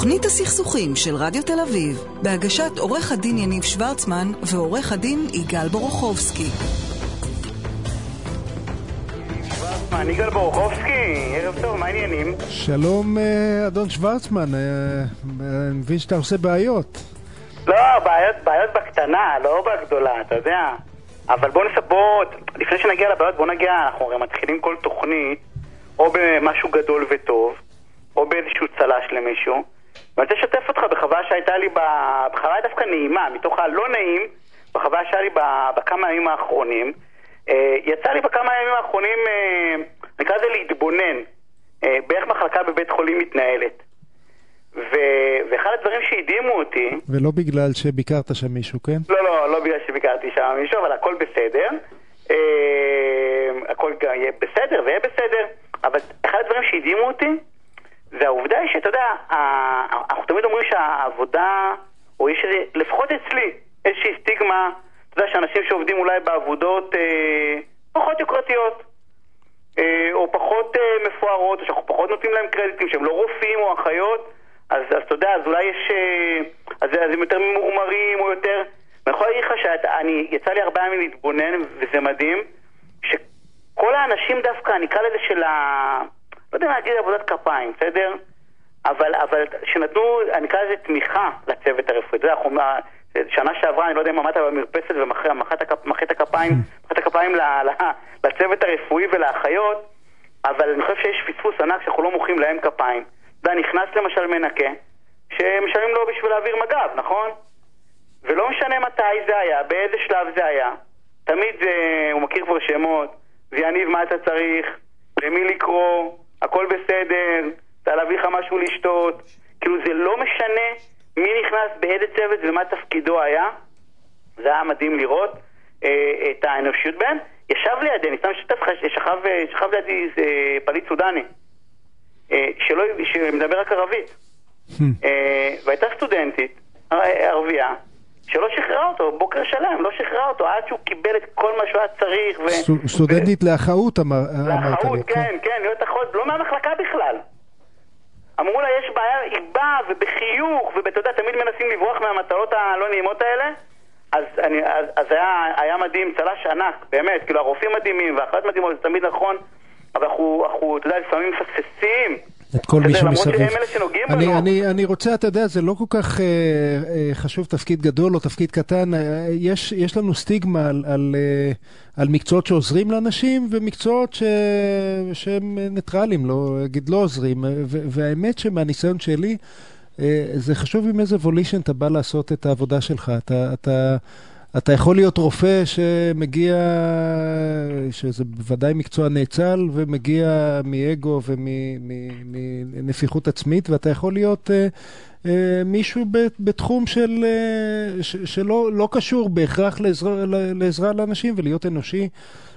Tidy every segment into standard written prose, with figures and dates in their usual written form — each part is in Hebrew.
תוכנית הסכסוכים של רדיו תל אביב, בהגשת עורך הדין יניב שוורצמן ועורך הדין יגאל בורוכובסקי. אני יגאל בורוכובסקי, ערב טוב, מה העניינים? שלום אדון שוורצמן, אני מבין שאתה עושה בעיות. לא, בעיות בקטנה, לא בגדולה, אתה יודע. אבל בוא לפני שנגיע לבעיות, בוא נגיע, אנחנו הרי מתחילים כל תוכנית, או במשהו גדול וטוב, או באיזשהו צלש למישהו. ואני רוצה לשתף אותך בחוויה שהייתה לי, בחוויה דווקא נעימה, מתוך הלא נעים, בחוויה שהיה לי בכמה ימים האחרונים. יצא לי בכמה ימים האחרונים, נקרא זה להתבונן, באיך מחלקה בבית חולים מתנהלת. ואחד הדברים שהדהימו אותי... ולא בגלל שביקרת שם מישהו, כן? לא בגלל שביקרתי שם מישהו, אבל הכל בסדר. הכל יהיה בסדר ויהיה בסדר. אבל אחד הדברים שהדהימו אותי, זה העובדה היא שאתה יודע, אנחנו תמיד אומרים שהעבודה, או יש לפחות אצלי, איזושהי סטיגמה, אתה יודע שאנשים שעובדים אולי בעבודות פחות יוקרתיות, או פחות מפוארות, או שאנחנו פחות נותנים להם קרדיטים, שהם לא רופאים או אחיות, אז אתה יודע, אז אולי יש, אז הם יותר ממורמרים או יותר, ואני יכול להגיד לך יצא לי 4 ימים להתבונן, וזה מדהים, שכל האנשים דווקא, אני אקרא לזה של לא יודע להגיד עבודת כפיים, בסדר? אבל שנתנו, אני אקרא לזה תמיכה לצוות הרפואי. אתה יודע, שנה שעברה, אני לא יודע אם עמדת במרפסת ומחאת הכפיים לצוות הרפואי ולאחיות, אבל אני חושב שיש פספוס ענק שאנחנו לא מוחאים להם כפיים. אתה יודע, נכנס למשל מנקה, שמשלמים לו בשביל להעביר מגב, נכון? ולא משנה מתי זה היה, באיזה שלב זה היה. תמיד הוא מכיר כבר שמות, זה יניב מה אתה צריך, למי לקרוא, הכל בסדר, אתה להביא לך משהו לשתות. כאילו זה לא משנה מי נכנס באיזה צוות ומה תפקידו היה. זה היה מדהים לראות את האנושיות בהם. ישב לידי, אני סתם שתף לך, שכב לידי פליט סודני שמדבר רק ערבית, והייתה סטודנטית ערבייה שלא שחררה אותו, בוקר שלם לא שחררה אותו עד שהוא קיבל את כל מה שהוא היה צריך. סטודנטית לאחאות אמרת לי. כן, להיות אחות, לא מהמחלקה בכלל. אמרו לה יש בעיה, היא באה ובחיוך, ואתה יודע, תמיד מנסים לברוח מהמטלות הלא נעימות האלה. אז היה מדהים, צלש ענק, באמת, כאילו הרופאים מדהימים והאחיות מדהימות, זה תמיד נכון, אבל אנחנו, אתה יודע, לפעמים מפספסים את כל מי שמסביב. אני רוצה, אתה יודע, זה לא כל כך חשוב תפקיד גדול או תפקיד קטן. יש לנו סטיגמה על מקצועות שעוזרים לאנשים ומקצועות שהם ניטרליים, לא עוזרים. והאמת שמהניסיון שלי, זה חשוב עם איזה וולישן אתה בא לעשות את העבודה שלך. אתה יכול להיות רופא שמגיע, שזה בוודאי מקצוע נאצל, ומגיע מאגו ומנפיחות עצמית, ואתה יכול להיות מישהו בתחום שלא קשור בהכרח לעזרה לאנשים, ולהיות אנושי,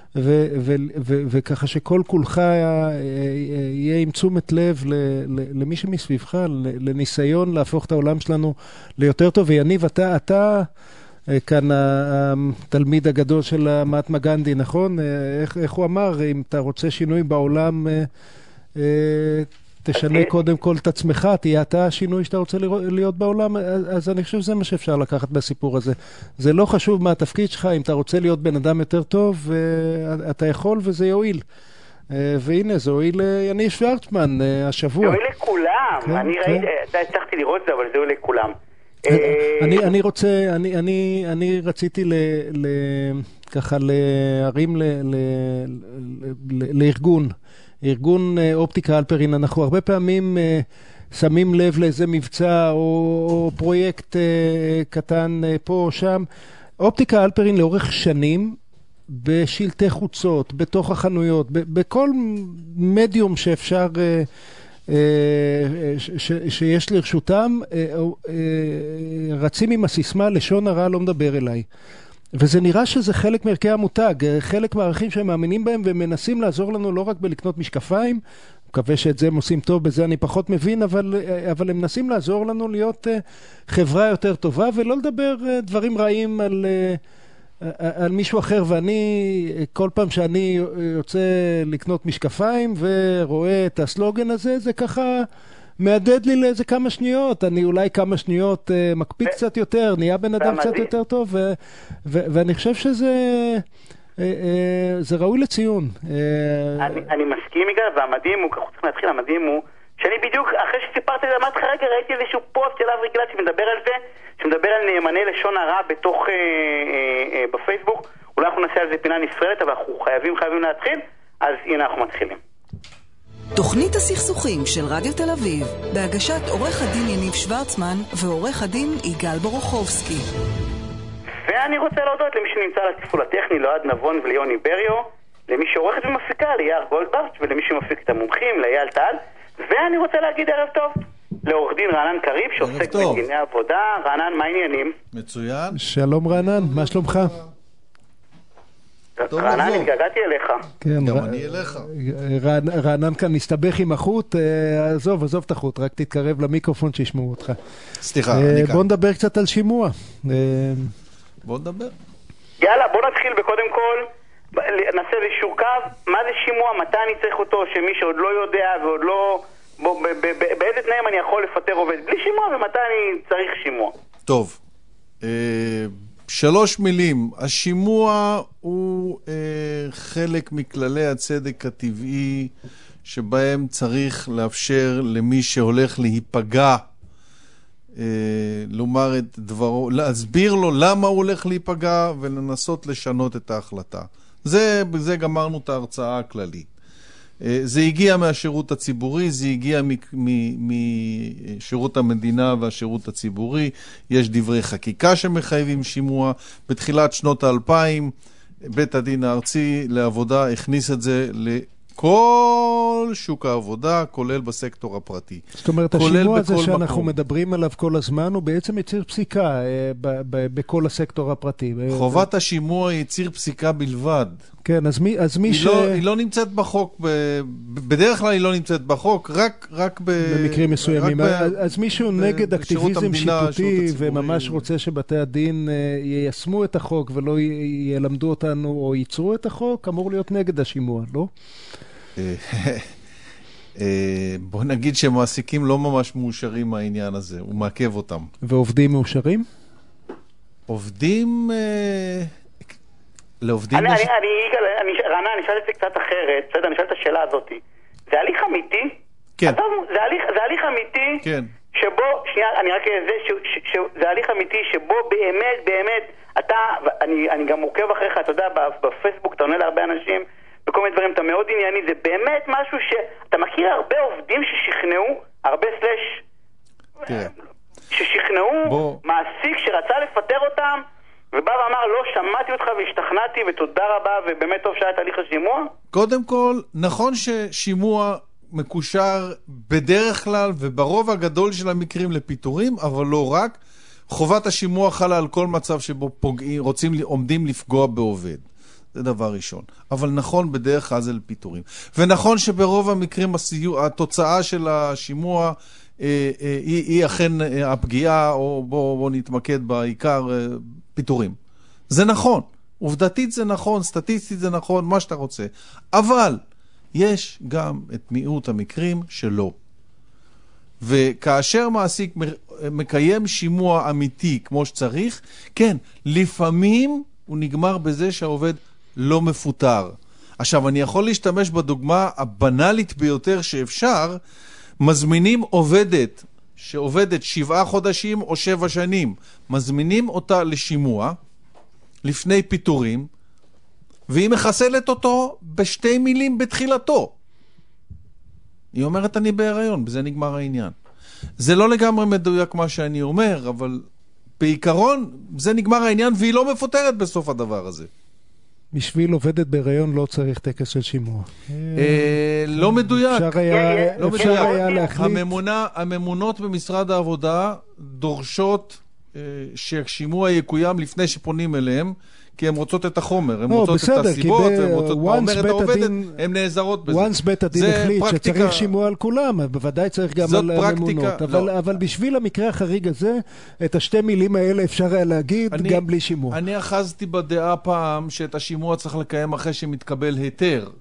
וככה שכל כולך יהיה עם תשומת לב למי שמסביבך, לניסיון להפוך את העולם שלנו ליותר טוב. ויניב, אתה כאן התלמיד הגדול של מהטמה גנדי, נכון? איך הוא אמר, אם אתה רוצה שינוי בעולם, תשנה קודם כל את עצמך, תהיה אתה השינוי שאתה רוצה להיות בעולם. אז אני חושב שזה מה שאפשר לקחת בסיפור הזה. זה לא חשוב מה התפקיד שלך, אם אתה רוצה להיות בן אדם יותר טוב, אתה יכול וזה יועיל. והנה, זה הועיל יניב שוורצמן השבוע. זה הועיל לכולם. אני הצלחתי לראות זה, אבל זה הועיל לכולם. אני רציתי ככה להרים לארגון אופטיקה אלפרין. אנחנו הרבה פעמים שמים לב לאיזה מבצע או פרויקט קטן פה או שם. אופטיקה אלפרין לאורך שנים בשלטי חוצות, בתוך החנויות, בכל מדיום שאפשר שיש לרשותם, רצים עם הסיסמה לשון הרע לא מדבר אליי. וזה נראה שזה חלק מערכי המותג, חלק מהערכים שהם מאמינים בהם, והם מנסים לעזור לנו לא רק בלקנות משקפיים, מקווה שאת זה הם עושים טוב, בזה אני פחות מבין, אבל הם מנסים לעזור לנו להיות חברה יותר טובה, ולא לדבר דברים רעים על מישהו אחר. ואני, כל פעם שאני יוצא לקנות משקפיים ורואה את הסלוגן הזה, זה ככה מהדהד לי לאיזה כמה שניות, אני אולי כמה שניות מקפיד קצת יותר, נהיה בן אדם קצת יותר טוב, ואני חושב שזה ראוי לציון. אני מסכים יגאל, והמדהים הוא, ככה צריך להתחיל, המדהים הוא, שאני בדיוק, אחרי שסיפרתי את זה, אמרתי לך רגע, ראיתי איזשהו פוסט של אברי גלעד שמדבר על זה, שמדבר על נאמני לשון הרע בתוך, בפייסבוק, אולי אנחנו נעשה על זה פינה נפרדת, אבל אנחנו חייבים להתחיל, אז הנה אנחנו מתחילים. תוכנית הסכסוכים של רדיו תל אביב, בהגשת עורך הדין יניב שוורצמן ועורך הדין יגאל בורוכובסקי. ואני רוצה להודות למי שנמצא על התפעול הטכני, לאוהד נבון וליוני בריו, למי שעורכת ומפיקה, ליאר גולדברט, ולמי שמפיק את המומחים, לאייל טל, ואני רוצה להגיד ערב טוב לעורך דין רענן קריב, שעוסק בדיני עבודה. רענן, מה העניינים? מצוין. שלום רענן, מה שלומך? רענן, התגעגעתי אליך. כן, גם אני אליך. רענן כאן מסתבך עם החוט, עזוב את החוט, רק תתקרב למיקרופון שישמעו אותך. סליחה, אני כאן. בוא נדבר קצת על שימוע. בוא נדבר. יאללה, בוא נתחיל בקודם כל, נעשה איזשהו קו, מה זה שימוע, מתי אני צריך אותו, שמי שעוד לא יודע ועוד לא, באיזה תנאים אני יכול לפטר עובד בלי שימוע, ומתי אני צריך שימוע. טוב, 3 מילים. השימוע הוא חלק מכללי הצדק הטבעי, שבהם צריך לאפשר למי שהולך להיפגע, לומר את דברו, להסביר לו למה הוא הולך להיפגע, ולנסות לשנות את ההחלטה. בזה גמרנו את ההרצאה הכללית. זה הגיע מהשירות הציבורי, זה הגיע משירות המדינה והשירות הציבורי. יש דברי חקיקה שמחייבים שימוע. בתחילת שנות ה-2000, בית הדין הארצי לעבודה הכניס את זה לכל שוק העבודה, כולל בסקטור הפרטי. זאת אומרת, השימוע הזה שאנחנו מדברים עליו כל הזמן, הוא בעצם יציר פסיקה בכל הסקטור הפרטי. חובת השימוע היא יציר פסיקה בלבד. כן, אז מי היא לא נמצאת בחוק, בדרך כלל היא לא נמצאת בחוק, רק במקרים מסוימים. אז מישהו נגד אקטיביזם שיפוטי וממש רוצה שבתי הדין יישמו את החוק ולא ילמדו אותנו או ייצרו את החוק, אמור להיות נגד השימוע, לא? בוא נגיד שמעסיקים לא ממש מאושרים מהעניין הזה, הוא מעכב אותם. ועובדים מאושרים? עובדים... לעובדים... רענן, אני שואל את זה קצת אחרת, אני שואל את השאלה הזאת. זה הליך אמיתי? כן. זה הליך אמיתי? כן. שבו, שנייה, אני רק זה הליך אמיתי שבו באמת, אני גם עוקב אחריך, אתה יודע, בפייסבוק אתה עונה להרבה אנשים, בכל מיני דברים, אתה מאוד ענייני, זה באמת משהו שאתה מכיר הרבה עובדים ששכנעו, הרבה ששכנעו מעסיק שרצה לפטר אותם, ובא ואמר, לא שמעתי אותך והשתכנעתי, ותודה רבה, ובאמת טוב שהיה תהליך השימוע? קודם כל, נכון ששימוע מקושר בדרך כלל, וברוב הגדול של המקרים לפיטורים, אבל לא רק. חובת השימוע חלה על כל מצב שבו עומדים לפגוע בעובד. זה דבר ראשון. אבל נכון בדרך כלל זה לפיטורים. ונכון שברוב המקרים התוצאה של השימוע היא אכן הפגיעה, או בוא נתמקד בעיקר פיטורים. זה נכון. עובדתית זה נכון, סטטיסטית זה נכון, מה שאתה רוצה. אבל יש גם את מיעוט המקרים שלא. וכאשר מעסיק מקיים שימוע אמיתי כמו שצריך, כן, לפעמים הוא נגמר בזה שהעובד לא מפוטר. עכשיו, אני יכול להשתמש בדוגמה הבנלית ביותר שאפשר. מזמינים עובדת שעובדת 7 חודשים או 7 שנים, מזמינים אותה לשימוע לפני פיטורים, והיא מחסלת אותו בשתי מילים בתחילתו. היא אומרת, אני בהיריון, בזה נגמר העניין. זה לא לגמרי מדויק מה שאני אומר, אבל בעיקרון זה נגמר העניין, והיא לא מפוטרת בסוף הדבר הזה. בשביל עובדת בהיריון לא צריך טקס של שימוע. לא מדויק. אפשר היה להחליט. הממונות במשרד העבודה דורשות שהשימוע יקוים לפני שפונים אליהם, כי הן רוצות את החומר, הן רוצות את הסיבות, הן רוצות מה אומרת העובדת, הן נעזרות בזה. once בית הדין החליט שצריך שימוע על כולם, בוודאי צריך גם על הממונות. אבל בשביל המקרה החריג הזה, את השתי מילים האלה אפשר היה להגיד גם בלי שימוע. אני אחזתי בדעה פעם שאת השימוע צריך לקיים אחרי שמתקבל היתר,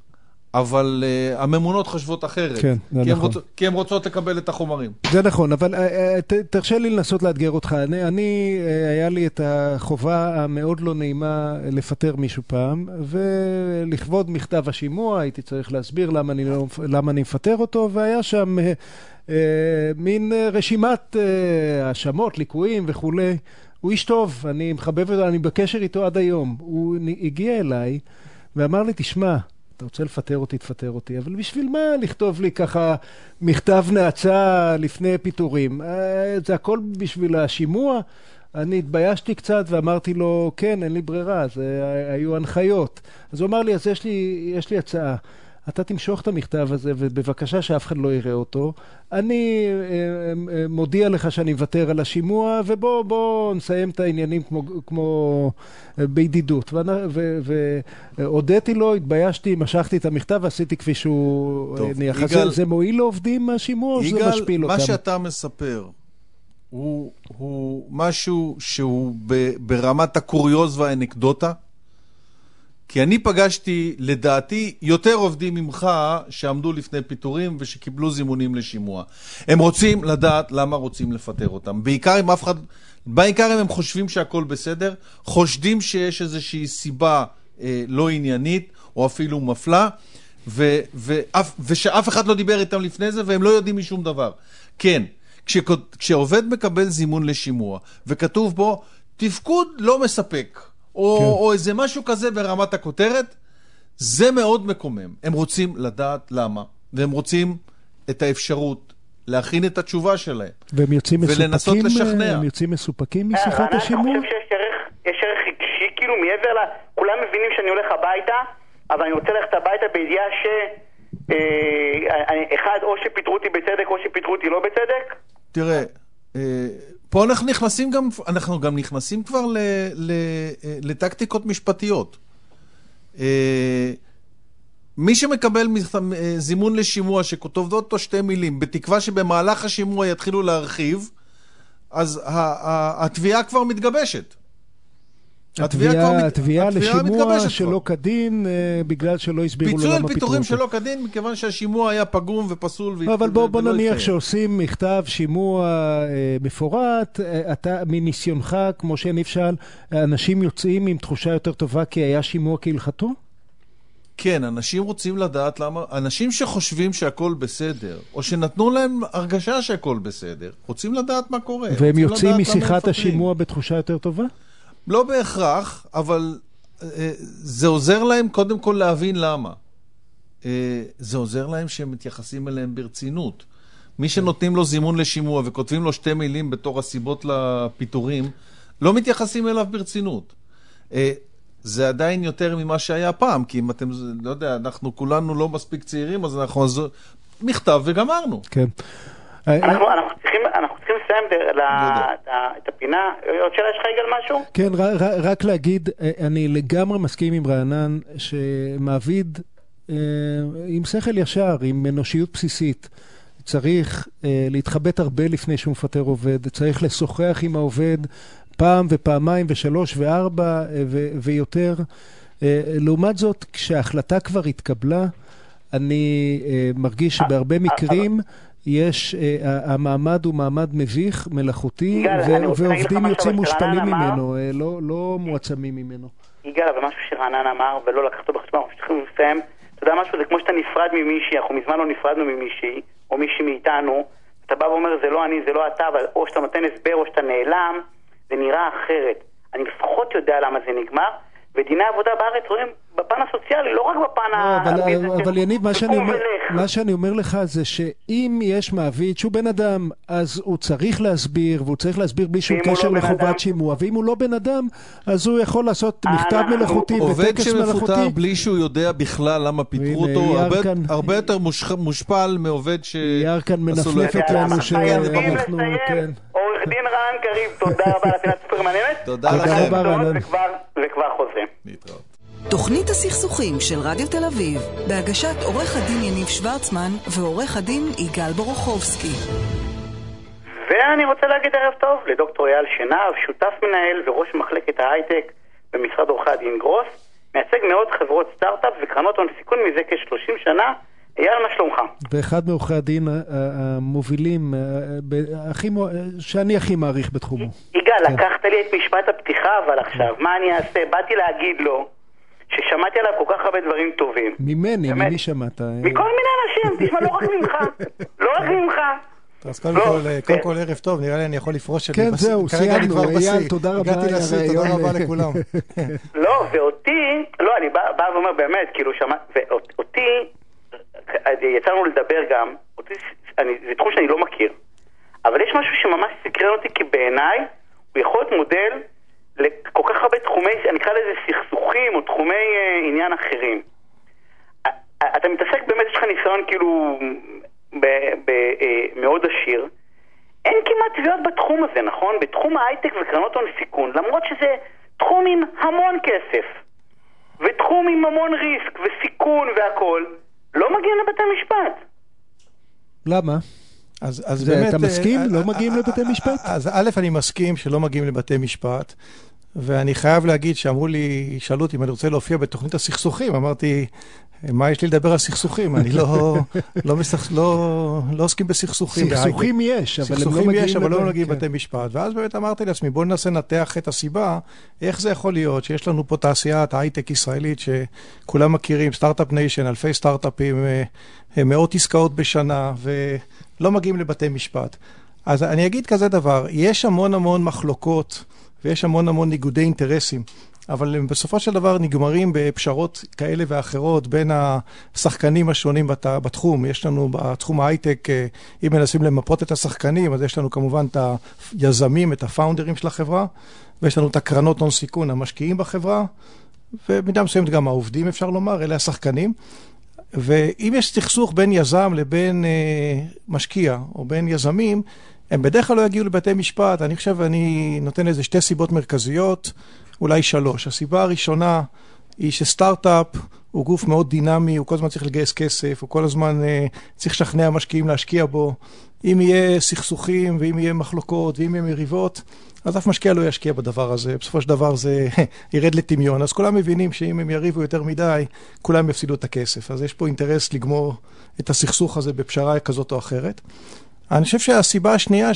אבל הממונות חשבות אחרת. כן, זה נכון. כי הן רוצות לקבל את החומרים. זה נכון, אבל תרשה לי לנסות לאתגר אותך. היה לי את החובה המאוד לא נעימה לפטר מישהו פעם, ולכבוד מכתב השימוע, הייתי צריך להסביר למה אני מפטר אותו, והיה שם מין רשימת האשמות, ליקויים וכו'. הוא איש טוב, אני מחבב אותו, אני בקשר איתו עד היום. הוא הגיע אליי ואמר לי, תשמע, אתה רוצה לפטר אותי, תפטר אותי, אבל בשביל מה לכתוב לי ככה מכתב נאצה לפני פיטורים? זה הכל בשביל השימוע. אני התביישתי קצת ואמרתי לו, כן, אין לי ברירה, זה היו הנחיות. אז הוא אמר לי, אז יש לי הצעה. אתה תמשוך את המכתב הזה, ובבקשה שאף אחד לא יראה אותו. אני מודיע לך שאני מוותר על השימוע, ובוא נסיים את העניינים כמו בידידות. והודיתי לו, התביישתי, משכתי את המכתב, ועשיתי כפי שהוא ניח. זה מועיל לעובדים השימוע, או שזה משפיל אותם? מה שאתה מספר הוא משהו שהוא ברמת הקוריוז והאנקדוטה, כי אני פגשתי, לדעתי, יותר עובדים ממך שעמדו לפני פיטורים ושקיבלו זימונים לשימוע. הם רוצים לדעת למה רוצים לפטר אותם. בעיקר אם הם חושבים שהכל בסדר, חושדים שיש איזושהי סיבה לא עניינית או אפילו מפלה, ושאף אחד לא דיבר איתם לפני זה והם לא יודעים משום דבר. כן, כשעובד מקבל זימון לשימוע וכתוב בו, תפקוד לא מספק, או איזה משהו כזה ברמת הכותרת, זה מאוד מקומם. הם רוצים לדעת למה, והם רוצים את האפשרות להכין את התשובה שלהם. והם יוצאים ולנסות לשכנע. הם יוצאים מסופקים משיחת השימוע? אני חושב שיש ערך רגשי, כאילו מעבר לה, כולם מבינים שאני הולך הביתה, אבל אני רוצה ללכת הביתה בידיעה אחד, או שפיטרו אותי בצדק, או שפיטרו אותי לא בצדק. תראה, פה אנחנו גם נכנסים כבר לטקטיקות משפטיות. מי שמקבל זימון לשימוע שכותוב אותו 2 מילים, בתקווה שבמהלך השימוע יתחילו להרחיב, אז התביעה כבר מתגבשת. התביעה לשימוע שלא כדין, בגלל שלא הסבירו לו למה פיטרו אותו. פיצוי על פיטורים שלא כדין, מכיוון שהשימוע היה פגום ופסול. אבל בוא נניח שעושים מכתב שימוע מפורט, אתה מניסיונך, כמו שנפשל, אנשים יוצאים עם תחושה יותר טובה כי היה שימוע כהלכתו? כן, אנשים רוצים לדעת למה, אנשים שחושבים שהכל בסדר, או שנתנו להם הרגשה שהכל בסדר, רוצים לדעת מה קורה. והם יוצאים משיחת השימוע בתחושה יותר טובה? לא בהכרח, אבל זה עוזר להם קודם כל להבין למה. זה עוזר להם שהם מתייחסים אליהם ברצינות. מי שנותנים לו זימון לשימוע וכותבים לו 2 מילים בתור הסיבות לפיטורים, לא מתייחסים אליו ברצינות. זה עדיין יותר ממה שהיה פעם, כי אם אתם, לא יודע, אנחנו כולנו לא מספיק צעירים, אז אנחנו מכתב וגמרנו. כן. אנחנו צריכים לסיים את הפינה. עוד שאלה שלך יגאל משהו? כן, רק להגיד, אני לגמרי מסכים עם רענן שמעביד עם שכל ישר, עם אנושיות בסיסית. צריך להתחבט הרבה לפני שהוא מפטר עובד, צריך לשוחח עם העובד פעם ופעמיים ו3 ו4 ויותר. לעומת זאת, כשההחלטה כבר התקבלה, אני מרגיש שבהרבה מקרים יש, המעמד הוא מעמד מביך, מלאכותי, ועובדים יוצאים מושפלים ממנו, לא מועצמים ממנו. יגאל, אבל משהו שרענן אמר, ולא לקחתו בחשבון, אנחנו צריכים לסיים. אתה יודע משהו, זה כמו שאתה נפרד ממישהי, אנחנו מזמן לא נפרדנו ממישהי, או מישהי מאיתנו, אתה בא ואומר, זה לא אני, זה לא אתה, אבל או שאתה נותן הסבר, או שאתה נעלם, זה נראה אחרת. אני לפחות יודע למה זה נגמר, ודיני העבודה בארץ רואים בפן הסוציאלי, לא רק בפן אבל יניב, מה שאני אומר לך זה שאם יש מעביד שהוא בן אדם, אז הוא צריך להסביר, והוא צריך להסביר בלי שום קשר לחובת שימוע, ואם הוא לא בן אדם, אז הוא יכול לעשות מכתב מלאכותי וטקס מלאכותי. עובד שמפוטר בלי שהוא יודע בכלל למה פיטרו אותו, הרבה יותר מושפל מעובד יער כאן מנפנפת לנו שאנחנו, כן. עורך דין רענן קריב, תודה רבה לפינת סופר מעניינת. תודה לכם. וכבר חוזרים. להתראות. תוכנית הסכסוכים של רדיו תל אביב, בהגשת עורך הדין יניב שוורצמן ועורך הדין יגאל בורוכובסקי. ואני רוצה להגיד ערב טוב לדוקטור אייל שנב, שותף מנהל וראש מחלקת ההייטק במשרד עורכי הדין גרוס, מייצג מאוד חברות סטארט-אפ וקרנות הון סיכון מזה כ-30 שנה. אייל, מה שלומך? ואחד מעורכי הדין המובילים, שאני הכי מעריך בתחומו. יגאל, לקחת לי את משפט הפתיחה, אבל עכשיו, מה אני אעשה? באתי להגיד לו ששמעתי עליו כל כך הרבה דברים טובים. ממי שמעת? מכל מיני אנשים, תשמע, לא רק ממך. לא רק ממך. אז קודם כל ערב טוב, נראה לי אני יכול לפרוש. כן, זהו, סיימנו, אייל, תודה רבה. הגעתי לשיא, תודה רבה לכולם. לא, ואותי, לא, אני בא ואומר באמת, כאילו, ואותי, יצאנו לדבר גם, זה תחום שאני לא מכיר, אבל יש משהו שממש סקרן אותי, כי בעיניי הוא יכול להיות מודל לכל כך הרבה תחומי, אני אקרא לזה סכסוכים או תחומי עניין אחרים. אתה מתעסק באמת, יש לך ניסיון כאילו מאוד עשיר. אין כמעט תביעות בתחום הזה, נכון? בתחום ההייטק וקרנות הון סיכון, למרות שזה תחום עם המון כסף ותחום עם המון ריסק וסיכון והכל, לא מגיעים לבתי משפט. למה? אז באמת, אתה מסכים? לא מגיעים לבתי משפט? אז א', אני מסכים שלא מגיעים לבתי משפט, ואני חייב להגיד שאמרו לי, שאלו אותי אם אני רוצה להופיע בתוכנית הסכסוכים, אמרתי, מה יש לי לדבר על סכסוכים? אני לא עוסקים בסכסוכים. סכסוכים יש, אבל לא מגיעים לבתי משפט. ואז באמת אמרתי לעצמי, בואו ננסה לנתח את הסיבה, איך זה יכול להיות שיש לנו פה תעשיית הייטק ישראלית שכולם מכירים, סטארט-אפ ניישן, אלפי סטארט-אפים, מאות עסקאות בשנה, ולא מגיעים לבתי משפט. אז אני אגיד כזה דבר, יש המון מחלוקות, ויש המון ניגודי אינטרסים, אבל הם בסופו של דבר נגמרים בפשרות כאלה ואחרות בין השחקנים השונים בתחום. יש לנו בתחום ההייטק, אם מנסים למפות את השחקנים, אז יש לנו כמובן את היזמים, את הפאונדרים של החברה, ויש לנו את הקרנות הון סיכון, המשקיעים בחברה, ובמידה מסוימת גם העובדים, אפשר לומר, אלה השחקנים. ואם יש סכסוך בין יזם לבין משקיע, או בין יזמים, הם בדרך כלל לא יגיעו לבתי משפט. אני חושב, אני נותן איזה 2 סיבות מרכזיות, אולי 3. הסיבה הראשונה היא שסטארט-אפ הוא גוף מאוד דינמי, הוא כל הזמן צריך לגייס כסף, הוא כל הזמן צריך לשכנע משקיעים להשקיע בו. אם יהיה סכסוכים, ואם יהיה מחלוקות, ואם יהיה מריבות, אז אף משקיע לא ישקיע בדבר הזה. בסופו של דבר זה ירד לטמיון. אז כולם מבינים שאם הם יריבו יותר מדי, כולם יפסידו את הכסף. אז יש פה אינטרס לגמור את הסכסוך הזה בפשרה כזאת או אחרת. אני חושב שהסיבה השנייה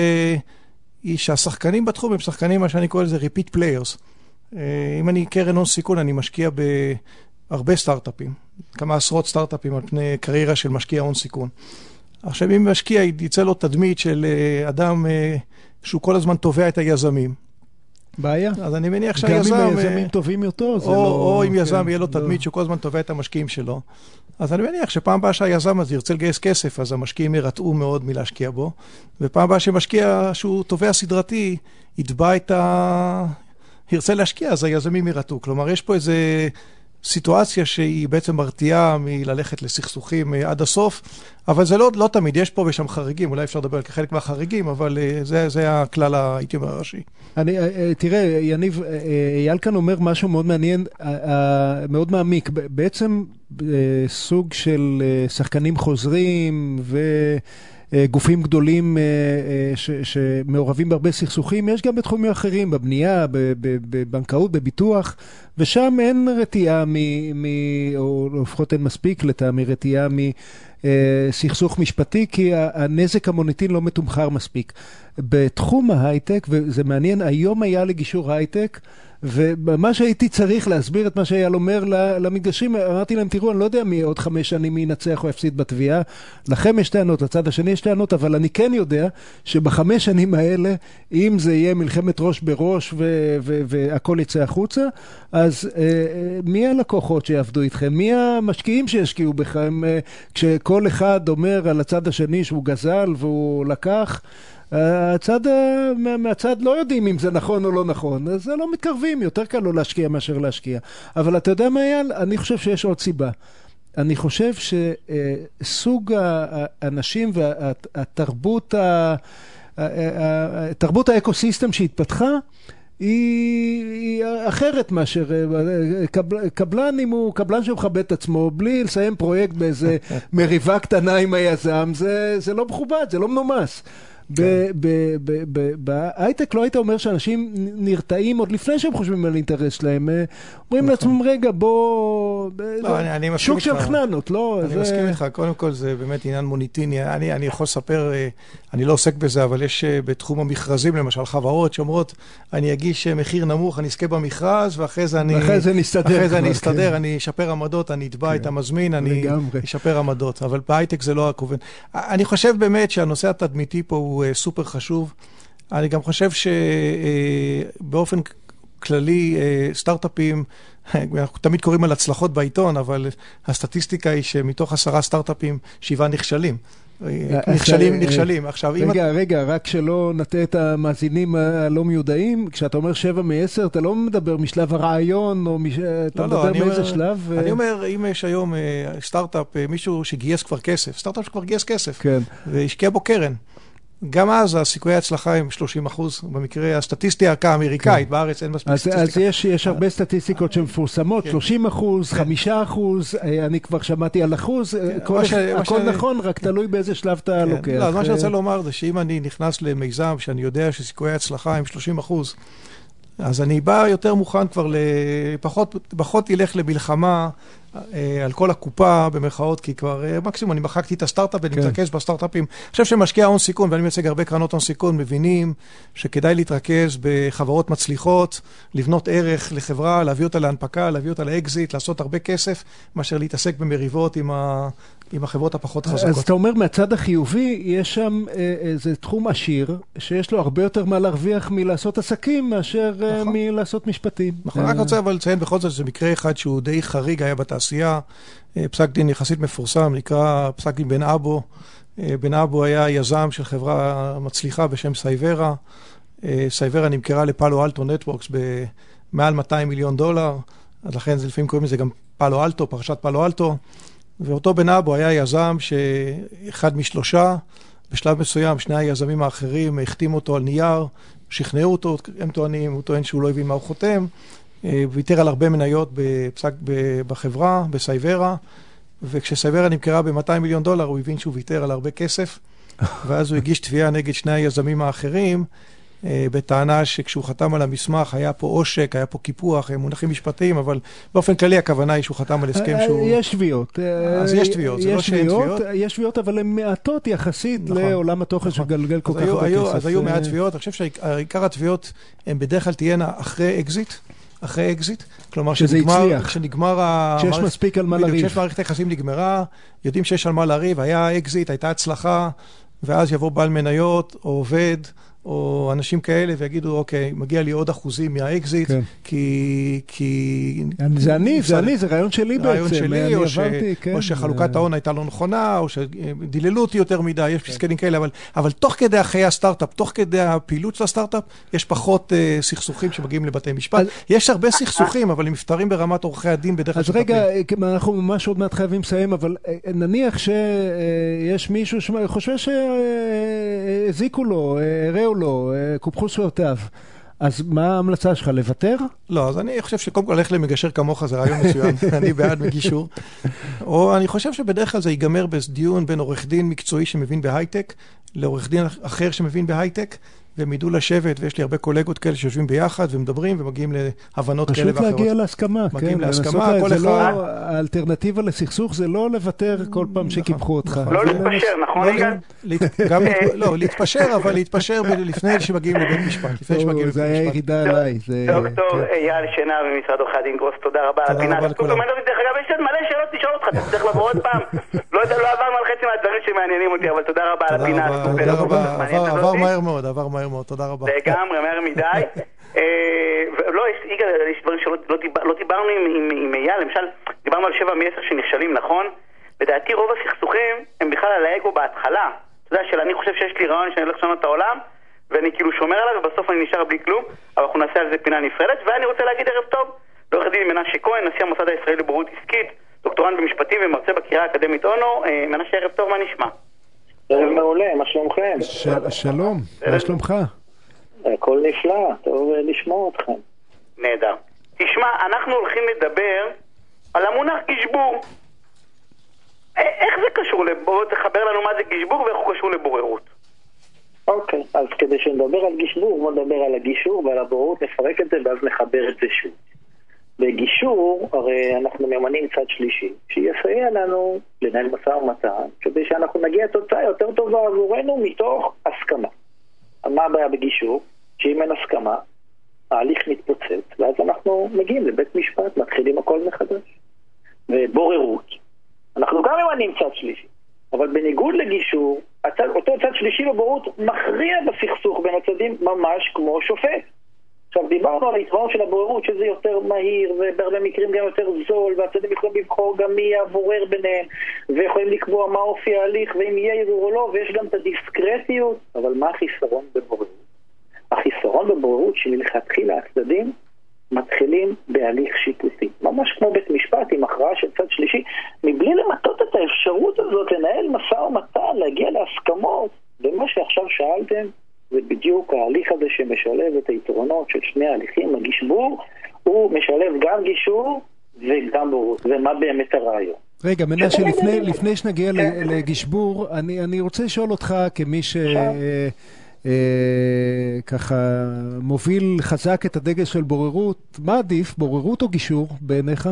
היא שהשחקנים בתחום הם שחקנים, מה שאני קורא לזה repeat players. אם אני קרן הון סיכון, אני משקיע בהרבה סטארט-אפים, כמה עשרות סטארט-אפים על פני קריירה של משקיע הון סיכון. עכשיו, אם משקיע יצא לו תדמית של אדם שהוא כל הזמן תובע את היזמים. בעיה. אז אני מניח שהיזם... גם אם היזמים טובים יותר, זה לא... או אם יזם יהיה לו תדמית שהוא כל הזמן תובע את המשקיעים שלו. אז אני מניח שפעם הבאה שהיזם הזה ירצה לגייס כסף, אז המשקיעים ירתעו מאוד מלהשקיע בו. ופעם הבאה שמשקיע שהוא תובע סדרתי, יתבע ירצה להשקיע, אז היזמים ירתעו. כלומר, יש פה איזו סיטואציה שהיא בעצם מרתיעה מללכת לסכסוכים עד הסוף, אבל זה לא תמיד, יש פה ושם חריגים, אולי אפשר לדבר על כחלק מהחריגים, אבל זה הכלל, הייתי אומר, הראשי. תראה, יניב, אייל כאן אומר משהו מאוד מעניין, מאוד מעמיק, בעצם סוג של שחקנים חוזרים וגופים גדולים שמעורבים בהרבה סכסוכים, יש גם בתחומים אחרים, בבנייה, בבנקאות, בביטוח, ושם אין רתיעה או לפחות אין מספיק לטעמי רתיעה מסכסוך משפטי, כי הנזק המוניטין לא מתומחר מספיק. בתחום ההייטק, וזה מעניין, היום היה לגישור הייטק, ומה שהייתי צריך להסביר את מה שאייל אומר למתגשרים, אמרתי להם, תראו, אני לא יודע מי עוד 5 שנים מי ינצח או יפסיד בתביעה, לכם יש טענות, לצד השני יש טענות, אבל אני כן יודע שב5 שנים האלה, אם זה יהיה מלחמת ראש בראש והכל יצא החוצה, אז מי הלקוחות שיעבדו איתכם? מי המשקיעים שישקיעו בכם? כשכל אחד אומר על הצד השני שהוא גזל והוא לקח, מהצד לא יודעים אם זה נכון או לא נכון, אז זה לא מתקרבים, יותר קל לא להשקיע מאשר להשקיע. אבל אתה יודע מה, אייל? אני חושב שיש עוד סיבה. אני חושב שסוג האנשים והתרבות, תרבות האקוסיסטם שהתפתחה, היא אחרת מאשר קבלן, אם הוא קבלן שמכבד את עצמו בלי לסיים פרויקט באיזה מריבה קטנה עם היזם, זה לא מכובד, זה לא מנומס. בהייטק לא היית אומר שאנשים נרתעים עוד לפני שהם חושבים על אינטרס שלהם. אומרים לעצמם, רגע, בוא... שוק של חננות, לא? אני מסכים איתך. קודם כל זה באמת עניין מוניטיני. אני יכול לספר, אני לא עוסק בזה, אבל יש בתחום המכרזים, למשל חברות שאומרות, אני אגיש מחיר נמוך, אני אזכה במכרז, ואחרי זה אני אסתדר, אני אשפר עמדות, אני אתבע את המזמין, אני אשפר עמדות. אבל בהייטק זה לא הכוון. אני חושב באמת שהנושא התדמיתי פה הוא סופר חשוב. אני גם חושב שבאופן כללי סטארט-אפים, אנחנו תמיד קוראים על הצלחות בעיתון, אבל הסטטיסטיקה היא שמתוך 10 סטארט-אפים 7 נכשלים. נכשלים. עכשיו, רגע, רק שלא נטה את המאזינים הלא מיודעים, כשאתה אומר 7 מ-10, אתה לא מדבר משלב הרעיון, או אתה מדבר מאיזה שלב? אני אומר, אם יש היום סטארט-אפ, מישהו שגייס כבר כסף, סטארט-אפ שכבר גייס כסף, והשקיע בו קרן, גם אז הסיכויי ההצלחה הם 30%, במקרה הסטטיסטיקה האמריקאית, בארץ אין מספיק סטטיסטיקה. אז יש הרבה סטטיסטיקות שמפורסמות, 30%, 5%, אני כבר שמעתי על אחוז, הכל נכון, רק תלוי באיזה שלב אתה לוקח. לא, מה שאני רוצה לומר זה שאם אני נכנס למיזם שאני יודע שסיכויי ההצלחה הם 30%, אז אני בא יותר מוכן כבר פחות ילך למלחמה על כל הקופה במרכאות, כי כבר מקסימום אני מחקתי את הסטארט-אפ ואני מתרכז בסטארט-אפים. אני חושב שמשקיע הון סיכון, ואני מייצג הרבה קרנות הון סיכון, מבינים שכדאי להתרכז בחברות מצליחות, לבנות ערך לחברה, להביא אותה להנפקה, להביא אותה לאקזיט, לעשות הרבה כסף, מאשר להתעסק במריבות עם החברות הפחות חזקות. אז אתה אומר, מהצד החיובי, יש שם איזה תחום עשיר, שיש לו הרבה יותר מה להרוויח מלעשות עסקים, מאשר מלעשות משפטים. נכון, רק רוצה אבל לציין בכל זאת, זה מקרה אחד שהוא די חריג היה בתעשייה, פסק דין יחסית מפורסם, נקרא פסק דין בן אבו. בן אבו היה יזם של חברה מצליחה בשם סייברה. סייברה נמכרה לפאלו אלטו נטוורקס במעל $200 מיליון, אז לכן זה לפעמים קוראים לזה גם פאלו אלטו, פרשת פאלו אלטו. ואותו בן אבו היה יזם שאחד משלושה, בשלב מסוים שני היזמים האחרים החתימו אותו על נייר, שכנעו אותו, הם טוענים, הוא טוען שהוא לא הבין מה הוא חותם, ויתר על הרבה מניות בחברה, בסייברה, וכשסייברה נמכרה ב$200 מיליון, הוא הבין שהוא ויתר על הרבה כסף, ואז הוא הגיש תביעה נגד שני היזמים האחרים, בטענה שכשהוא חתם על המסמך היה פה עושק, היה פה קיפוח, מונחים משפטיים, אבל באופן כללי הכוונה היא שהוא חתם על הסכם שהוא... יש תביעות. אז יש תביעות, זה לא שאין תביעות. יש תביעות, אבל הן מעטות יחסית לעולם התוכן שגלגל כל כך הרבה כסף. אז היו מעט תביעות, אני חושב שעיקר התביעות הן בדרך כלל תהיינה אחרי אקזיט, כלומר שנגמר שיש מספיק על מה לריב. כשיש מערכת היחסים נגמרה, יודעים שיש על מה לריב, היה אקזיט, הייתה הצלחה, ואז יבוא בעל מניות או עובד, או אנשים כאלה ויגידו, אוקיי, מגיע לי עוד אחוזים מהאקזיט, כי... זה רעיון שלי בעצם. רעיון שלי, או שחלוקת ההון הייתה לא נכונה, או שדיללו אותי יותר מדי, יש פסקנים כאלה, אבל תוך כדי החיי הסטארט-אפ, תוך כדי הפעילות של הסטארט-אפ, יש פחות סכסוכים שמגיעים לבתי משפט. יש הרבה סכסוכים, אבל הם מפתרים ברמת עורכי הדין בדרך כלל. אז רגע, אנחנו ממש עוד מעט חייבים לסיים, אבל נניח שיש מישהו שחושב שהזיקו לו, הראו לו, קופחו זכויותיו. אז מה ההמלצה שלך, לוותר? לא, אז אני חושב שקודם כל ללכת למגשר כמוך זה רעיון מצוין, אני בעד מגישור. או אני חושב שבדרך כלל זה ייגמר בדיון בין עורך דין מקצועי שמבין בהייטק, לעורך דין אחר שמבין בהייטק, והם ידעו לשבת, ויש לי הרבה קולגות כאלה שיושבים ביחד ומדברים ומגיעים להבנות כאלה ואחרות. פשוט להגיע להסכמה. מגיעים להסכמה, כל אחד... האלטרנטיבה לסכסוך זה לא לוותר כל פעם שקיפחו אותך. לא להתפשר, נכון? לא, להתפשר, אבל להתפשר לפני שמגיעים לבית משפט. זה היה ירידה עליי. דוקטור אייל שנע במשרד עורכי הדין גרוס, תודה רבה על הפינה. דרך אגב, יש עוד מלא שאלות לשאול אותך, אתה צריך לבוא עוד פעם. לא עברנו על חצי מהדברים שמעניינים אותי, אבל תודה רבה על הפינה. תודה רבה, עבר מהר מאוד, תודה רבה. לגמרי, מהר מדי. לא, יש דברים שלא דיברנו עם אייל, למשל, דיברנו על 7 מ-10 שנכשלים, נכון? לדעתי רוב הסכסוכים הם בכלל על האגו בהתחלה. אתה יודע, שאני חושב שיש לי רעיון שאני הולך לשנות את העולם, ואני כאילו שומר עליו, ובסוף אני נשאר בלי כלום, אבל אנחנו נעשה על זה פינה נפרדת, ואני רוצה להגיד ערב טוב, לעורך דין מנשה כהן, נשיא המוסד הישראלי לבוררות עסקית, דוקטורנט במשפטים ומרצה בקריה האקדמית אונו. מנשה, ערב טוב, מה נשמע? ערב מעולה, מה שלומכם? שלום, מה שלומך? הכל נפלא, טוב לשמוע אתכם. נהדר. תשמע, אנחנו הולכים לדבר על המונח גשבור. איך זה קשור לבוררות? תחבר לנו מה זה גשבור ואיך הוא קשור לבוררות. אוקיי. אז כדי שנדבר על גישור, בוא נדבר על הגישור ועל הבוררות, נפרק את זה ואז נחבר את זה שוב. בגישור, הרי אנחנו ממנים צד שלישי, שיסייע לנו לנהל משא ומתן, כדי שאנחנו נגיע תוצאה יותר טובה עבורנו מתוך הסכמה. מה הבעיה בגישור? שאם אין הסכמה, ההליך מתפוצץ, ואז אנחנו מגיעים לבית משפט, מתחילים הכל מחדש. ובוררות, אנחנו גם ממנים צד שלישי, אבל בניגוד לגישור, אותו צד שלישי בבוררות מכריע בסכסוך בין הצדדים ממש כמו שופט. עכשיו דיברנו על היתרון של הבוררות, שזה יותר מהיר ובהרבה מקרים גם יותר זול, והצדדים יכולים לבחור גם מי יעבורר ביניהם, ויכולים לקבוע מה אופי ההליך ואם יהיה ערעור או לא, ויש גם את הדיסקרטיות. אבל מה החיסרון בבוררות? החיסרון בבוררות שמלכתחילה הצדדים מתחילים בהליך שיפוטי, ממש כמו בית משפט עם הכרעה של צד שלישי, מבלי למטות את האפשרות הזאת לנהל משא ומתן, להגיע להסכמות. ומה שעכשיו שאלתם זה בדיוק ההליך הזה שמשלב את היתרונות של שני ההליכים. הגישור הוא משלב גם גישור וגם בוררות. ומה באמת הרעיון? רגע, מנשה, לפני שנגיע לגישור, אני רוצה לשאול אותך כמי ככה מוביל חזק את הדגל של בוררות, מה עדיף, בוררות או גישור בעיניך?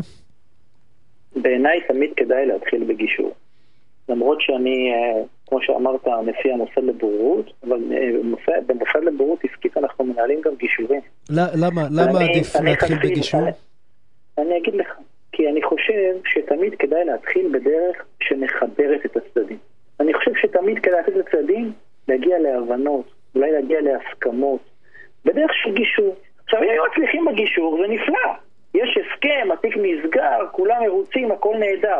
בעיניי תמיד כדאי להתחיל בגישור. למרות שאני, כמו שאמרת, נשיא המוסד לבוררות, אבל במוסד לבוררות עסקית אנחנו מנהלים גם גישורים. למה עדיף להתחיל בגישור? אני אגיד לך, כי אני חושב שתמיד כדאי להתחיל בדרך שמחברת את הצדדים. אני חושב שתמיד כדאי לתת לצדדים להגיע להבנות, אולי להגיע להסכמות, בדרך של גישור. עכשיו, אם היו מצליחים בגישור, זה נפלא. יש הסכם, התיק נסגר, כולם מרוצים, הכל נהדר.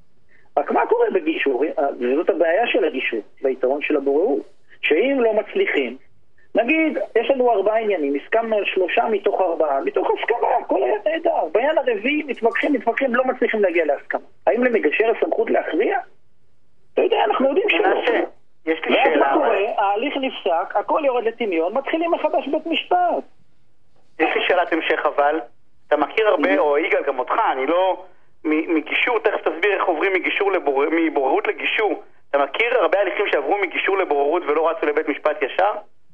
רק מה קורה בגישור? וזאת הבעיה של הגישור, ביתרון של הבוררות. שאם לא מצליחים, נגיד, יש לנו 4 עניינים, הסכמנו על 3 מתוך 4, מתוך הסכמה, הכל היה נהדר. בעניין הרביעי מתווכחים, לא מצליחים להגיע להסכמה. האם למגשר הסמכות להכריע? אתה יודע, אנחנו יודעים שלא. יש לי שאלה. מה קורה? ההליך נפסק, הכל יורד לטמיון, מתחילים מחדש בית משפט. יש לי שאלת המשך, אבל אתה מכיר הרבה, או יגאל גם אותך, אני לא מגישור, תכף תסביר איך עוברים מבוררות לגישור. אתה מכיר הרבה הליכים שעברו מגישור לבוררות ולא רצו לבית משפט ישר?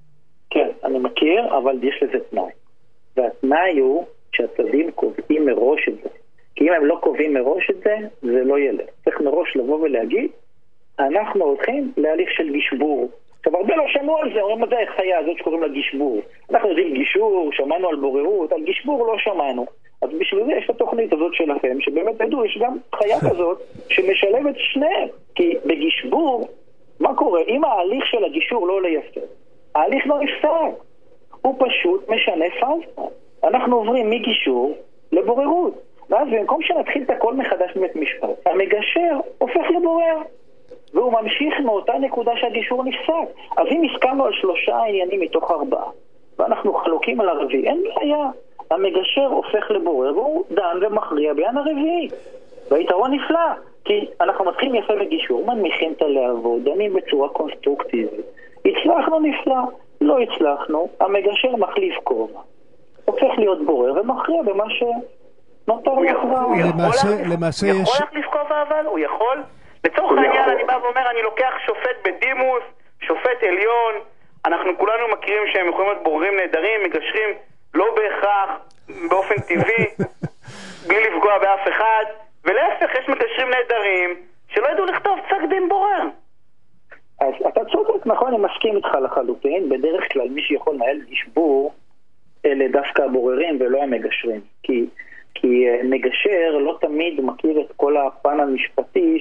כן, אני מכיר, אבל יש לזה תנאי. והתנאי הוא שהצדדים קובעים מראש את זה. כי אם הם לא קובעים מראש את זה, זה לא ילך. צריך מראש לבוא ולהגיד, אנחנו הולכים להליך של גישבור. עכשיו, הרבה לא שמעו על זה, אומרים מה זה החיה הזאת שקוראים לה גישבור. אנחנו יודעים גישור, שמענו על בוררות, על גישבור לא שמענו. אז בשביל זה יש את התוכנית הזאת שלכם, שבאמת ידעו, יש גם חיה כזאת שמשלבת שניהם. כי בגישבור, מה קורה? אם ההליך של הגישור לא עולה יפה, ההליך לא נפסק. הוא פשוט משנה פאזה. אנחנו עוברים מגישור לבוררות. ואז במקום שנתחיל את הכל מחדש בבית משפט, המגשר הופך לבורר. והוא ממשיך מאותה נקודה שהגישור נפסק. אז אם הסכמנו על 3 עניינים מתוך 4, ואנחנו חלוקים על הרביעי, אין בעיה. המגשר הופך לבורר, והוא דן ומכריע בעניין הרביעי. והיתרון נפלא, כי אנחנו מתחילים יפה בגישור, מנמיכים את הלהבות, דנים בצורה קונסטרוקטיבית. הצלחנו נפלא, לא הצלחנו, המגשר מחליף כובע. הופך להיות בורר ומכריע במה שנותר לחבר. למעשה הוא יכול להחליף כובע אבל? הוא יכול? לצורך העניין אני בא ואומר, אני לוקח שופט בדימוס, שופט עליון, אנחנו כולנו מכירים שהם יכולים להיות בוררים נהדרים, מגשרים לא בהכרח, באופן טבעי, בלי לפגוע באף אחד, ולהפך יש מגשרים נהדרים שלא ידעו לכתוב פסק דין בורר. אז אתה צודק, נכון, אני מסכים איתך לחלוטין. בדרך כלל מי שיכול לנהל גישור אלה דווקא הבוררים ולא המגשרים, כי מגשר לא תמיד מכיר את כל הפן המשפטי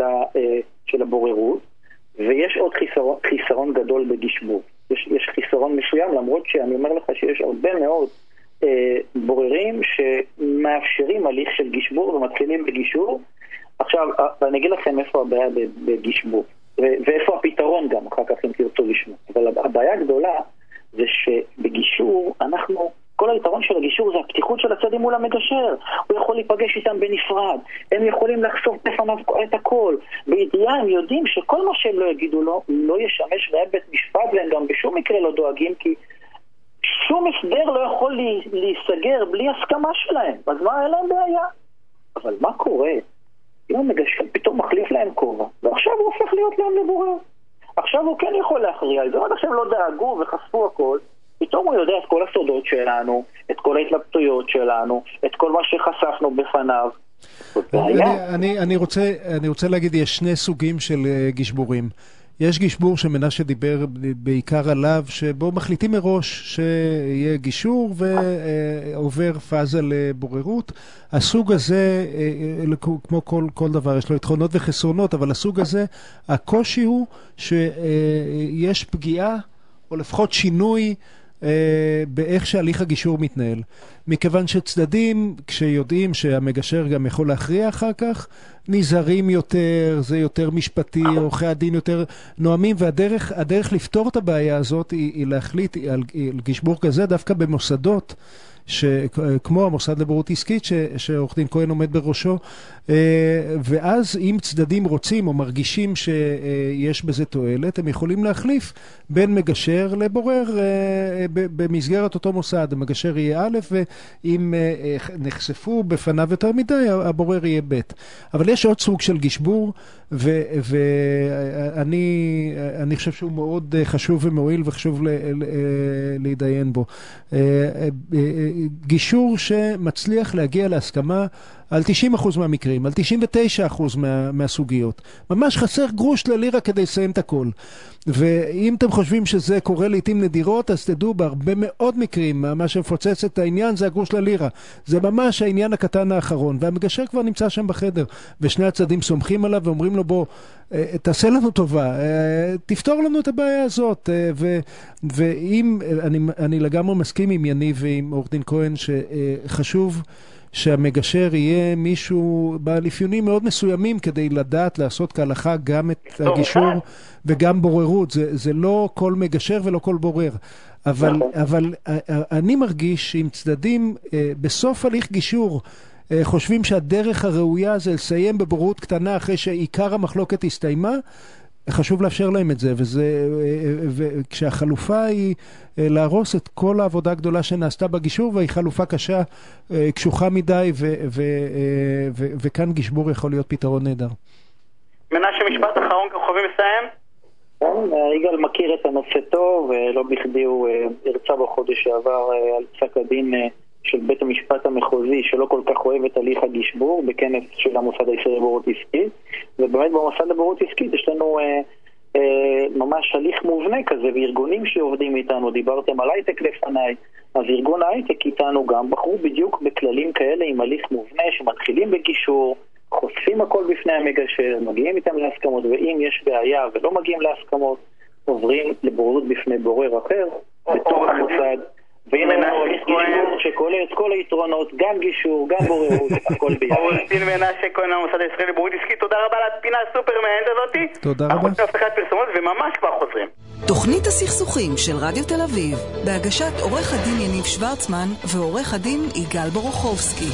של הבוררות, ויש עוד חיסרון גדול בגישור. יש חיסרון מסוים, למרות שאני אומר לך שיש הרבה מאוד בוררים שמאפשרים הליך של גישור ומתחילים בגישור. עכשיו, אני אגיד לכם איפה הבעיה בגישור, ואיפה הפתרון גם, אחר כך אם תרצו לשמוע. אבל הבעיה הגדולה זה שבגישור כל היתרון של הגישור זה הפתיחות של הצדדים מול המגשר. הוא יכול להיפגש איתם בנפרד, הם יכולים לחשוף בפניו את הכל. בידיעה הם יודעים שכל מה שהם לא יגידו לו לא ישמש רעי בית משפט, והם גם בשום מקרה לא דואגים, כי שום הסדר לא יכול להיסגר בלי הסכמה שלהם. אז מה, אין להם בעיה. אבל מה קורה אם המגשר פתאום מחליף להם כובע, ועכשיו הוא הופך להיות להם לבורר? עכשיו הוא כן יכול להכריע. זה עוד עכשיו לא דאגו וחשפו הכל, פתאום הוא יודע את כל הסודות שלנו, את כל ההתלבטויות שלנו, את כל מה שחשפנו בפניו. אני רוצה להגיד, יש שני סוגים של גשבורים. יש גשבור שמנשה דיבר בעיקר עליו, שבו מחליטים מראש שיהיה גישור ועובר פאזה לבוררות. הסוג הזה, כמו כל דבר, יש לו יתרונות וחסרונות, אבל הסוג הזה, הקושי הוא שיש פגיעה, או לפחות שינוי, באיך שהליך הגישור מתנהל. מכיוון שצדדים, כשיודעים שהמגשר גם יכול להכריע אחר כך, נזהרים יותר, זה יותר משפטי, עורכי הדין יותר נועמים, והדרך לפתור את הבעיה הזאת היא להחליט על גישבור כזה דווקא במוסדות, כמו המוסד לבוררות עסקית שעורך דין כהן עומד בראשו, ואז אם צדדים רוצים או מרגישים שיש בזה תועלת, הם יכולים להחליף בין מגשר לבורר במסגרת אותו מוסד. המגשר יהיה א', ואם נחשפו בפניו יותר מדי, הבורר יהיה ב'. אבל יש עוד סוג של גשבור, ואני חושב שהוא מאוד חשוב ומועיל וחשוב להתדיין בו. גישור שמצליח להגיע להסכמה על 90% מהמקרים, על 99% מהסוגיות. ממש חסר גרוש ללירה כדי לסיים את הכל. ואם אתם חושבים שזה קורה לעתים נדירות, אז תדעו, בהרבה מאוד מקרים, מה שמפוצץ את העניין זה הגרוש ללירה. זה ממש העניין הקטן האחרון. והמגשר כבר נמצא שם בחדר, ושני הצדדים סומכים עליו ואומרים לו, בוא, תעשה לנו טובה, תפתור לנו את הבעיה הזאת. ואם, אני לגמרי מסכים עם יניב ועם עורך דין כהן, שחשוב שהמגשר יהיה מישהו בעל אפיונים מאוד מסוימים כדי לדעת לעשות כהלכה גם את הגישור וגם בוררות. זה לא כל מגשר ולא כל בורר. אבל אני מרגיש שאם צדדים בסוף הליך גישור חושבים שהדרך הראויה זה לסיים בבוררות קטנה אחרי שעיקר המחלוקת הסתיימה, חשוב לאפשר להם את זה, וכשהחלופה היא להרוס את כל העבודה הגדולה שנעשתה בגישור, והיא חלופה קשה, קשוחה מדי, וכאן גשבור יכול להיות פתרון נהדר. מנשה, משפט אחרון כוכבים מסיים? יגאל מכיר את הנושא טוב, ולא בכדי הוא הרצה בחודש שעבר על פסק הדין של בית המשפט המחוזי שלא כל כך אוהב את הליך הגישבור בכנס של המוסד הישראלי לבוררות עסקית. ובאמת במוסד לבוררות עסקית יש לנו ממש הליך מובנה כזה, וארגונים שעובדים איתנו, דיברתם על הייטק לפניי, אז ארגון הייטק איתנו גם בחרו בדיוק בכללים כאלה עם הליך מובנה שמתחילים בגישור, חושפים הכל בפני המגשר, מגיעים איתם להסכמות, ואם יש בעיה ולא מגיעים להסכמות, עוברים לבוררות בפני בורר אחר בתוך המוסד. והנה הליך גישור שכולל את כל היתרונות, גם גישור, גם בוררות, הכל ביחד. עורך דין מנשה כהן, המוסד הישראלי לבוררות עסקית, תודה רבה על הפינה הסופר מעניינת הזאתי. תודה רבה. אנחנו עושים הפסקת פרסומות וממש כבר חוזרים. תוכנית הסכסוכים של רדיו תל אביב, בהגשת עורך הדין יניב שוורצמן ועורך הדין יגאל בורוכובסקי.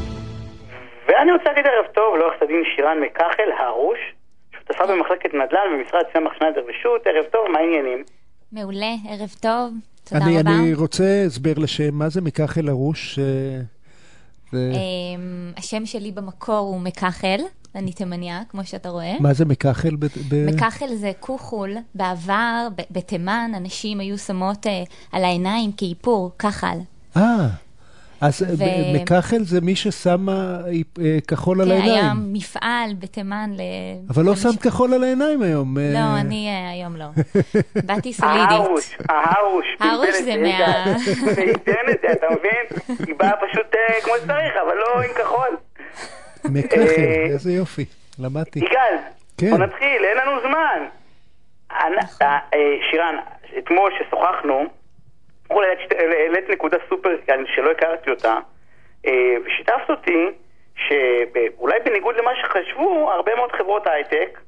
ואני רוצה להגיד ערב טוב לעורכת הדין שירן מקחל הרוש, שותפה במחלקת נדל"ן במשרד צמח שניידר ושות'. ערב טוב, מה העניינים? מעולה, ערב טוב. תודה רבה. אני רוצה הסבר לשם, מה זה מקחל הרוש? השם שלי במקור הוא מקחל, אני תימניה, כמו שאתה רואה. מה זה מקחל? מקחל זה כוחול. בעבר, בתימן, אנשים היו שמות על העיניים כאיפור, כחל. אז מקחל זה מי ששמה כחול על העיניים. כן, היה מפעל בתימן אבל לא שמת כחול על העיניים היום. לא, אני היום לא. באתי סולידית. הרוש זה תן את זה, אתה מבין? היא באה פשוט כמו שצריך, אבל לא עם כחול. מקחל, איזה יופי, למדתי. יגאל, בוא נתחיל, אין לנו זמן. שירן, אתמול ששוחחנו, העלית נקודה סופר שלא הכרתי אותה, ושיתפת אותי שאולי בניגוד למה שחשבו, הרבה מאוד חברות הייטק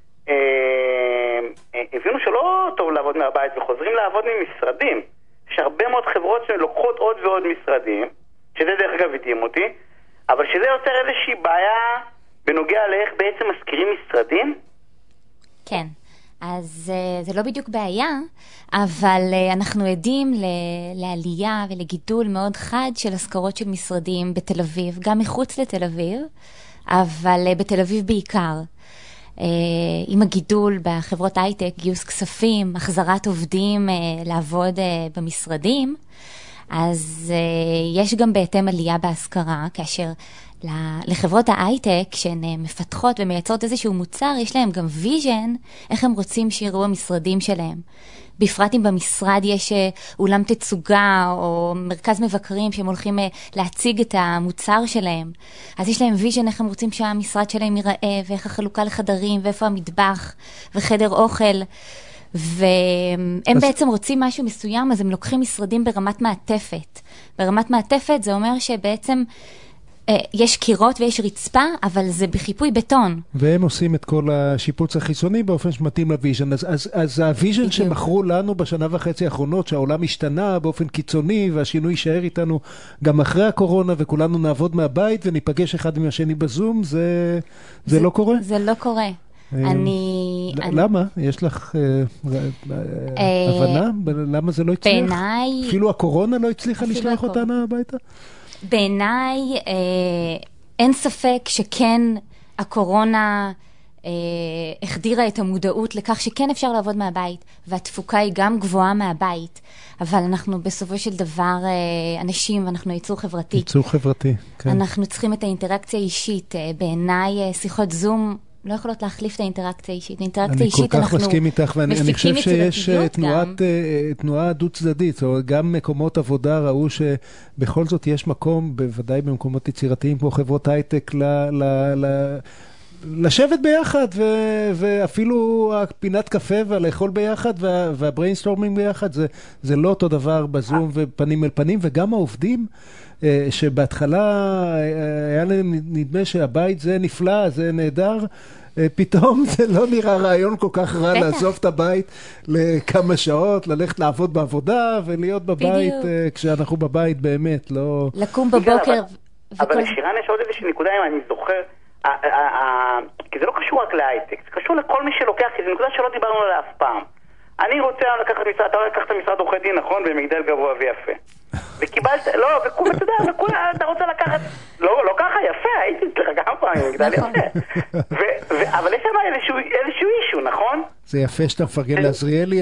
הבינו שלא טוב לעבוד מהבית וחוזרים לעבוד ממשרדים. יש הרבה מאוד חברות שלוקחות עוד ועוד משרדים, שזה דרך אגב הדהים אותי, אבל שזה יוצר איזושהי בעיה בנוגע לאיך בעצם מזכירים משרדים. כן. אז זה לא בדיוק בעיה, אבל אנחנו עדים לעלייה ולגידול מאוד חד של הזכרות של משרדים בתל אביב, גם מחוץ לתל אביב, אבל בתל אביב בעיקר. עם הגידול בחברות הייטק, גיוס כספים, החזרת עובדים לעבוד במשרדים, אז יש גם בהתאם עלייה בהשכרה, כאשר לחברות ההייטק, שהן מפתחות ומייצרות איזשהו מוצר, יש להם גם ויז'ן, איך הם רוצים שיראו המשרדים שלהם. בפרט אם במשרד יש אולם תצוגה או מרכז מבקרים שהם הולכים להציג את המוצר שלהם. אז יש להם ויז'ן איך הם רוצים שהמשרד שלהם ייראה, ואיך החלוקה לחדרים, ואיפה המטבח וחדר אוכל. והם בעצם רוצים משהו מסוים, אז הם לוקחים משרדים ברמת מעטפת. ברמת מעטפת זה אומר שבעצם יש קירות ויש רצפה, אבל זה בחיפוי בטון. והם עושים את כל השיפוץ החיצוני באופן שמתאים לוויז'ן. אז הוויז'ן שמכרו לנו בשנה וחצי האחרונות, שהעולם השתנה באופן קיצוני, והשינוי יישאר איתנו גם אחרי הקורונה, וכולנו נעבוד מהבית וניפגש אחד עם השני בזום, זה לא קורה? זה לא קורה. למה? יש לך הבנה? למה זה לא הצליח? אפילו הקורונה לא הצליחה לשלוח אותנו הביתה? בעיניי אין ספק שכן הקורונה החדירה את המודעות לכך שכן אפשר לעבוד מהבית, והתפוקה היא גם גבוהה מהבית, אבל אנחנו בסופו של דבר אנשים, ואנחנו ייצור חברתי. ייצור חברתי, כן. אנחנו צריכים את האינטראקציה האישית. בעיניי שיחות זום לא יכולות להחליף את האינטראקציה האישית. אני כל כך מסכים איתך, ואני חושב שיש תנועה דו-צדדית, או גם מקומות עבודה ראו שבכל זאת יש מקום, בוודאי במקומות יצירתיים כמו חברות הייטק, לשבת ביחד, ואפילו הפינת קפה ולאכול ביחד, והבריינסטורמינג ביחד, זה לא אותו דבר בזום ופנים אל פנים, וגם העובדים, שבהתחלה היה להם נדמה שהבית זה נפלא, זה נהדר, פתאום זה לא נראה רעיון כל כך רע לעזוב את הבית לכמה שעות, ללכת לעבוד בעבודה ולהיות בבית כשאנחנו בבית באמת, לא... לקום בבוקר. אבל לשירן יש עוד איזושהי נקודה, אם אני זוכר, כי זה לא קשור רק להייטק, זה קשור לכל מי שלוקח, כי זו נקודה שלא דיברנו עליה אף פעם. אני רוצה לקחת משרד, אתה לקחת משרד עורכי דין, נכון? במגדל גבוה ויפה. וקיבלת, לא, אתה יודע, אתה רוצה לקחת, לא ככה, יפה, הייתי אצלך גם פעם, מגדל יפה. אבל יש שם איזשהו אישו, נכון? זה יפה שאתה מפרגן לעזריאלי,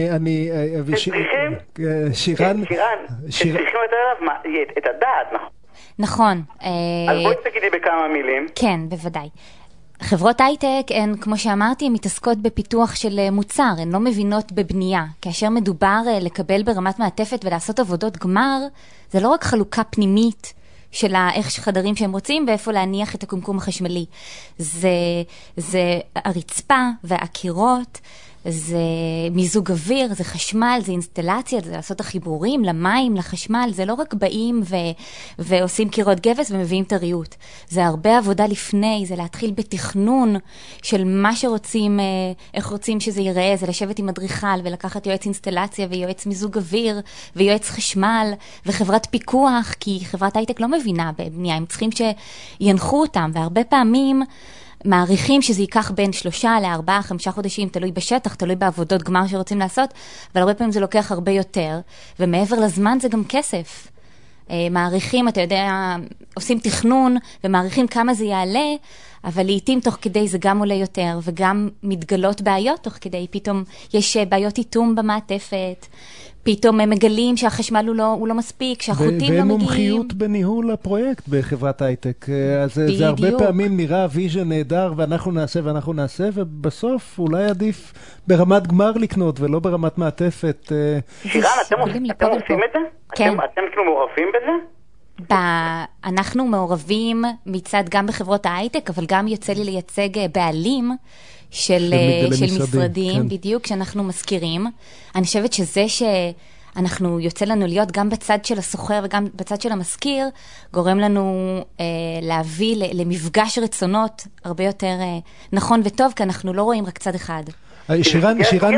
שירן, צריכים את הדעת, נכון? נכון. אז בואי תגידי בכמה מילים. כן, בוודאי. חברות הייטק הן, כמו שאמרתי, מתעסקות בפיתוח של מוצר, הן לא מבינות בבנייה. כאשר מדובר לקבל ברמת מעטפת ולעשות עבודות גמר, זה לא רק חלוקה פנימית של איך חדרים שהם רוצים ואיפה להניח את הקומקום החשמלי. זה הרצפה והקירות, זה מיזוג אוויר, זה חשמל, זה אינסטלציה, זה לעשות החיבורים למים, לחשמל, זה לא רק באים ועושים קירות גבס ומביאים את הריהוט. זה הרבה עבודה לפני, זה להתחיל בתכנון של מה שרוצים, איך רוצים שזה ייראה, זה לשבת עם אדריכל ולקחת יועץ אינסטלציה ויועץ מיזוג אוויר ויועץ חשמל וחברת פיקוח, כי חברת הייטק לא מבינה בבנייה, הם צריכים שינחו אותם, והרבה פעמים מעריכים שזה ייקח בין 3 ל4, 5 חודשים, תלוי בשטח, תלוי בעבודות גמר שרוצים לעשות, אבל הרבה פעמים זה לוקח הרבה יותר, ומעבר לזמן זה גם כסף. מעריכים, אתה יודע, עושים תכנון ומעריכים כמה זה יעלה, אבל לעתים תוך כדי זה גם עולה יותר, וגם מתגלות בעיות תוך כדי, פתאום יש בעיות איתום במעטפת, פתאום הם מגלים שהחשמל הוא לא מספיק, שהחוטים לא מגיעים. ומומחיות בניהול הפרויקט בחברת הייטק. אז זה הרבה פעמים נראה ויז'ן נהדר, ואנחנו נעשה, ובסוף אולי עדיף ברמת גמר לקנות, ולא ברמת מעטפת. שירן, אתם עושים את זה? כן. אתם כאילו מעורבים בזה? אנחנו מעורבים מצד גם בחברות ההייטק, אבל גם יוצא לי לייצג בעלים, של משרדים, כן. בדיוק, שאנחנו מזכירים. אני חושבת שזה שאנחנו יוצא לנו להיות גם בצד של הסוחר וגם בצד של המזכיר, גורם לנו להביא למפגש רצונות הרבה יותר נכון וטוב, כי אנחנו לא רואים רק צד אחד. שירן,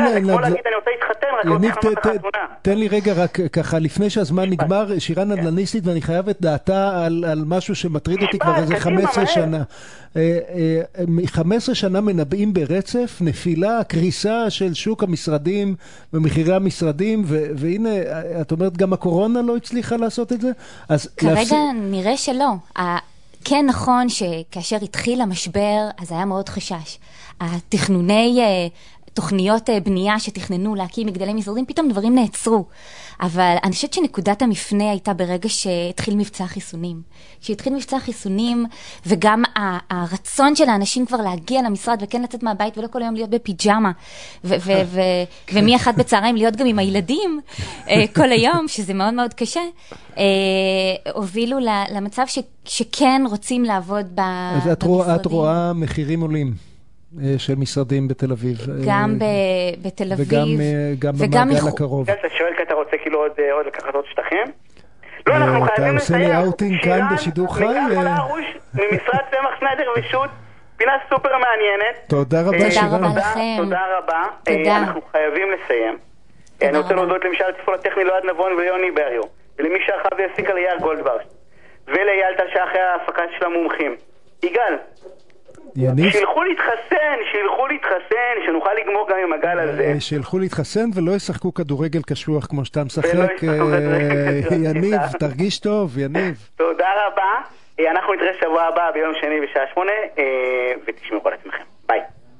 יניב, תן לי רגע רק ככה, לפני שהזמן נגמר, שירן נדל"ניסטית, ואני חייב את דעתה על משהו שמטריד אותי כבר איזה 15 שנה. 15 שנה מנבאים ברצף, נפילה, קריסה של שוק המשרדים ומחירי המשרדים, והנה, את אומרת, גם הקורונה לא הצליחה לעשות את זה? כרגע נראה שלא. כן נכון שכאשר התחיל המשבר, אז היה מאוד חשש. תוכניות בנייה שתכננו להקים מגדלי משרדים, פתאום דברים נעצרו. אבל אני חושבת שנקודת המפנה הייתה ברגע שהתחיל מבצע חיסונים. כשהתחיל מבצע חיסונים, וגם הרצון של האנשים כבר להגיע למשרד וכן לצאת מהבית ולא כל היום להיות בפיג'מה, ומי אחד בצהריים להיות גם עם הילדים כל היום, שזה מאוד מאוד קשה, הובילו למצב שכן רוצים לעוד אז את רואה מחירים עולים. של משרדים בתל אביב. גם בתל אביב. וגם במעגל הקרוב. אתה שואל כי אתה רוצה כאילו עוד לקחת עוד שטחים? לא, אנחנו חייבים לסיים. אתה עושה לי אאוטינג כאן בשידור חי? מגל הרוש ממשרד צמח שניידר ושות', פינה סופר מעניינת. תודה רבה שירן. תודה רבה לכם. תודה רבה. אנחנו חייבים לסיים. אני רוצה להודות למשל התפעול הטכני לאוהד נבון וליוני בריו, ולמי שערכה והפיקה ליאיר גולדברג, ולאייל טל שאחרי ההפקה של המומחים. יגאל, שילכו להתחסן, שנוכל לגמור גם עם הגל הזה. שילכו להתחסן ולא ישחקו כדורגל קשוח כמו שאתה משחק. יניב, תרגיש טוב, יניב. תודה רבה. אנחנו נתראה שבוע הבא ביום שני בשעה 8, ותשמעו על עצמכם.